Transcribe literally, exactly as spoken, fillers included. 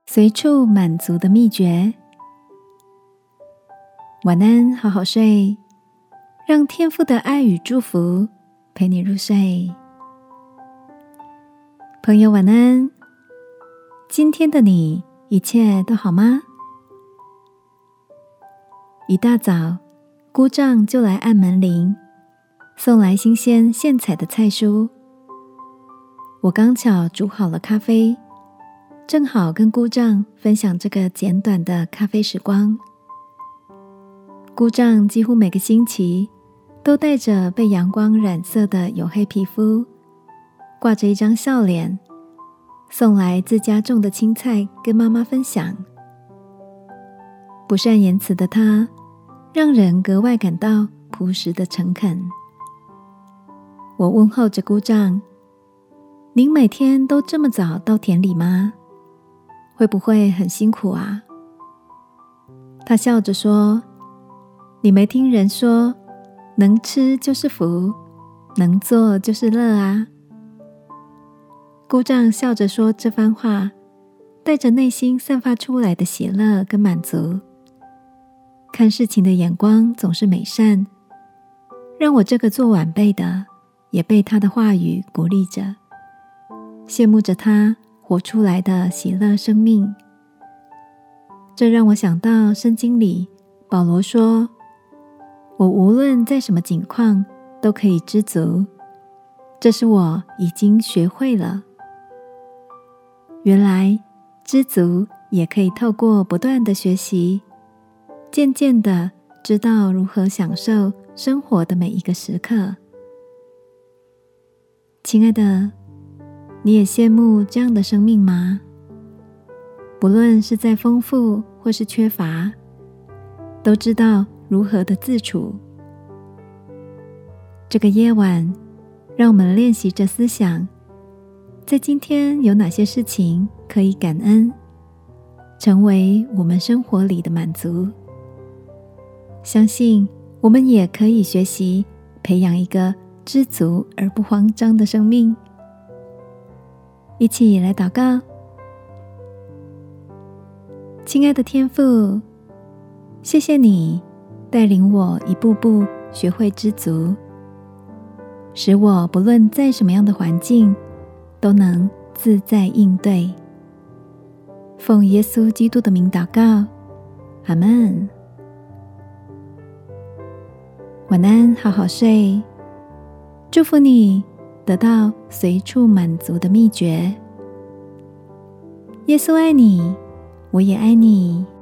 随处满足的秘诀。晚安，好好睡，让天父的爱与祝福陪你入睡。朋友晚安，今天的你一切都好吗？一大早，姑丈就来按门铃，送来新鲜现采的菜蔬。我刚巧煮好了咖啡，正好跟姑丈分享这个简短的咖啡时光。姑丈几乎每个星期都带着被阳光染色的黝黑皮肤，挂着一张笑脸，送来自家种的青菜跟妈妈分享。不善言辞的他，让人格外感到朴实的诚恳。我问候着姑丈，您每天都这么早到田里吗？会不会很辛苦啊？他笑着说，你没听人说，能吃就是福，能做就是乐啊。姑丈笑着说这番话，带着内心散发出来的喜乐跟满足。看事情的眼光总是美善，让我这个做晚辈的也被他的话语鼓励着，羡慕着他活出来的喜乐生命。这让我想到圣经里保罗说，我无论在什么境况都可以知足，这是我已经学会了。原来知足也可以透过不断的学习，渐渐的知道如何享受生活的每一个时刻。亲爱的，你也羡慕这样的生命吗？不论是在丰富或是缺乏，都知道如何的自处。这个夜晚，让我们练习着思想，在今天有哪些事情可以感恩，成为我们生活里的满足。相信我们也可以学习培养一个知足而不慌张的生命。一起来祷告。亲爱的天父，谢谢你带领我一步步学会知足，使我不论在什么样的环境都能自在应对。奉耶稣基督的名祷告，阿们。晚安，好好睡，祝福你得到随处满足的秘诀。耶稣爱你，我也爱你。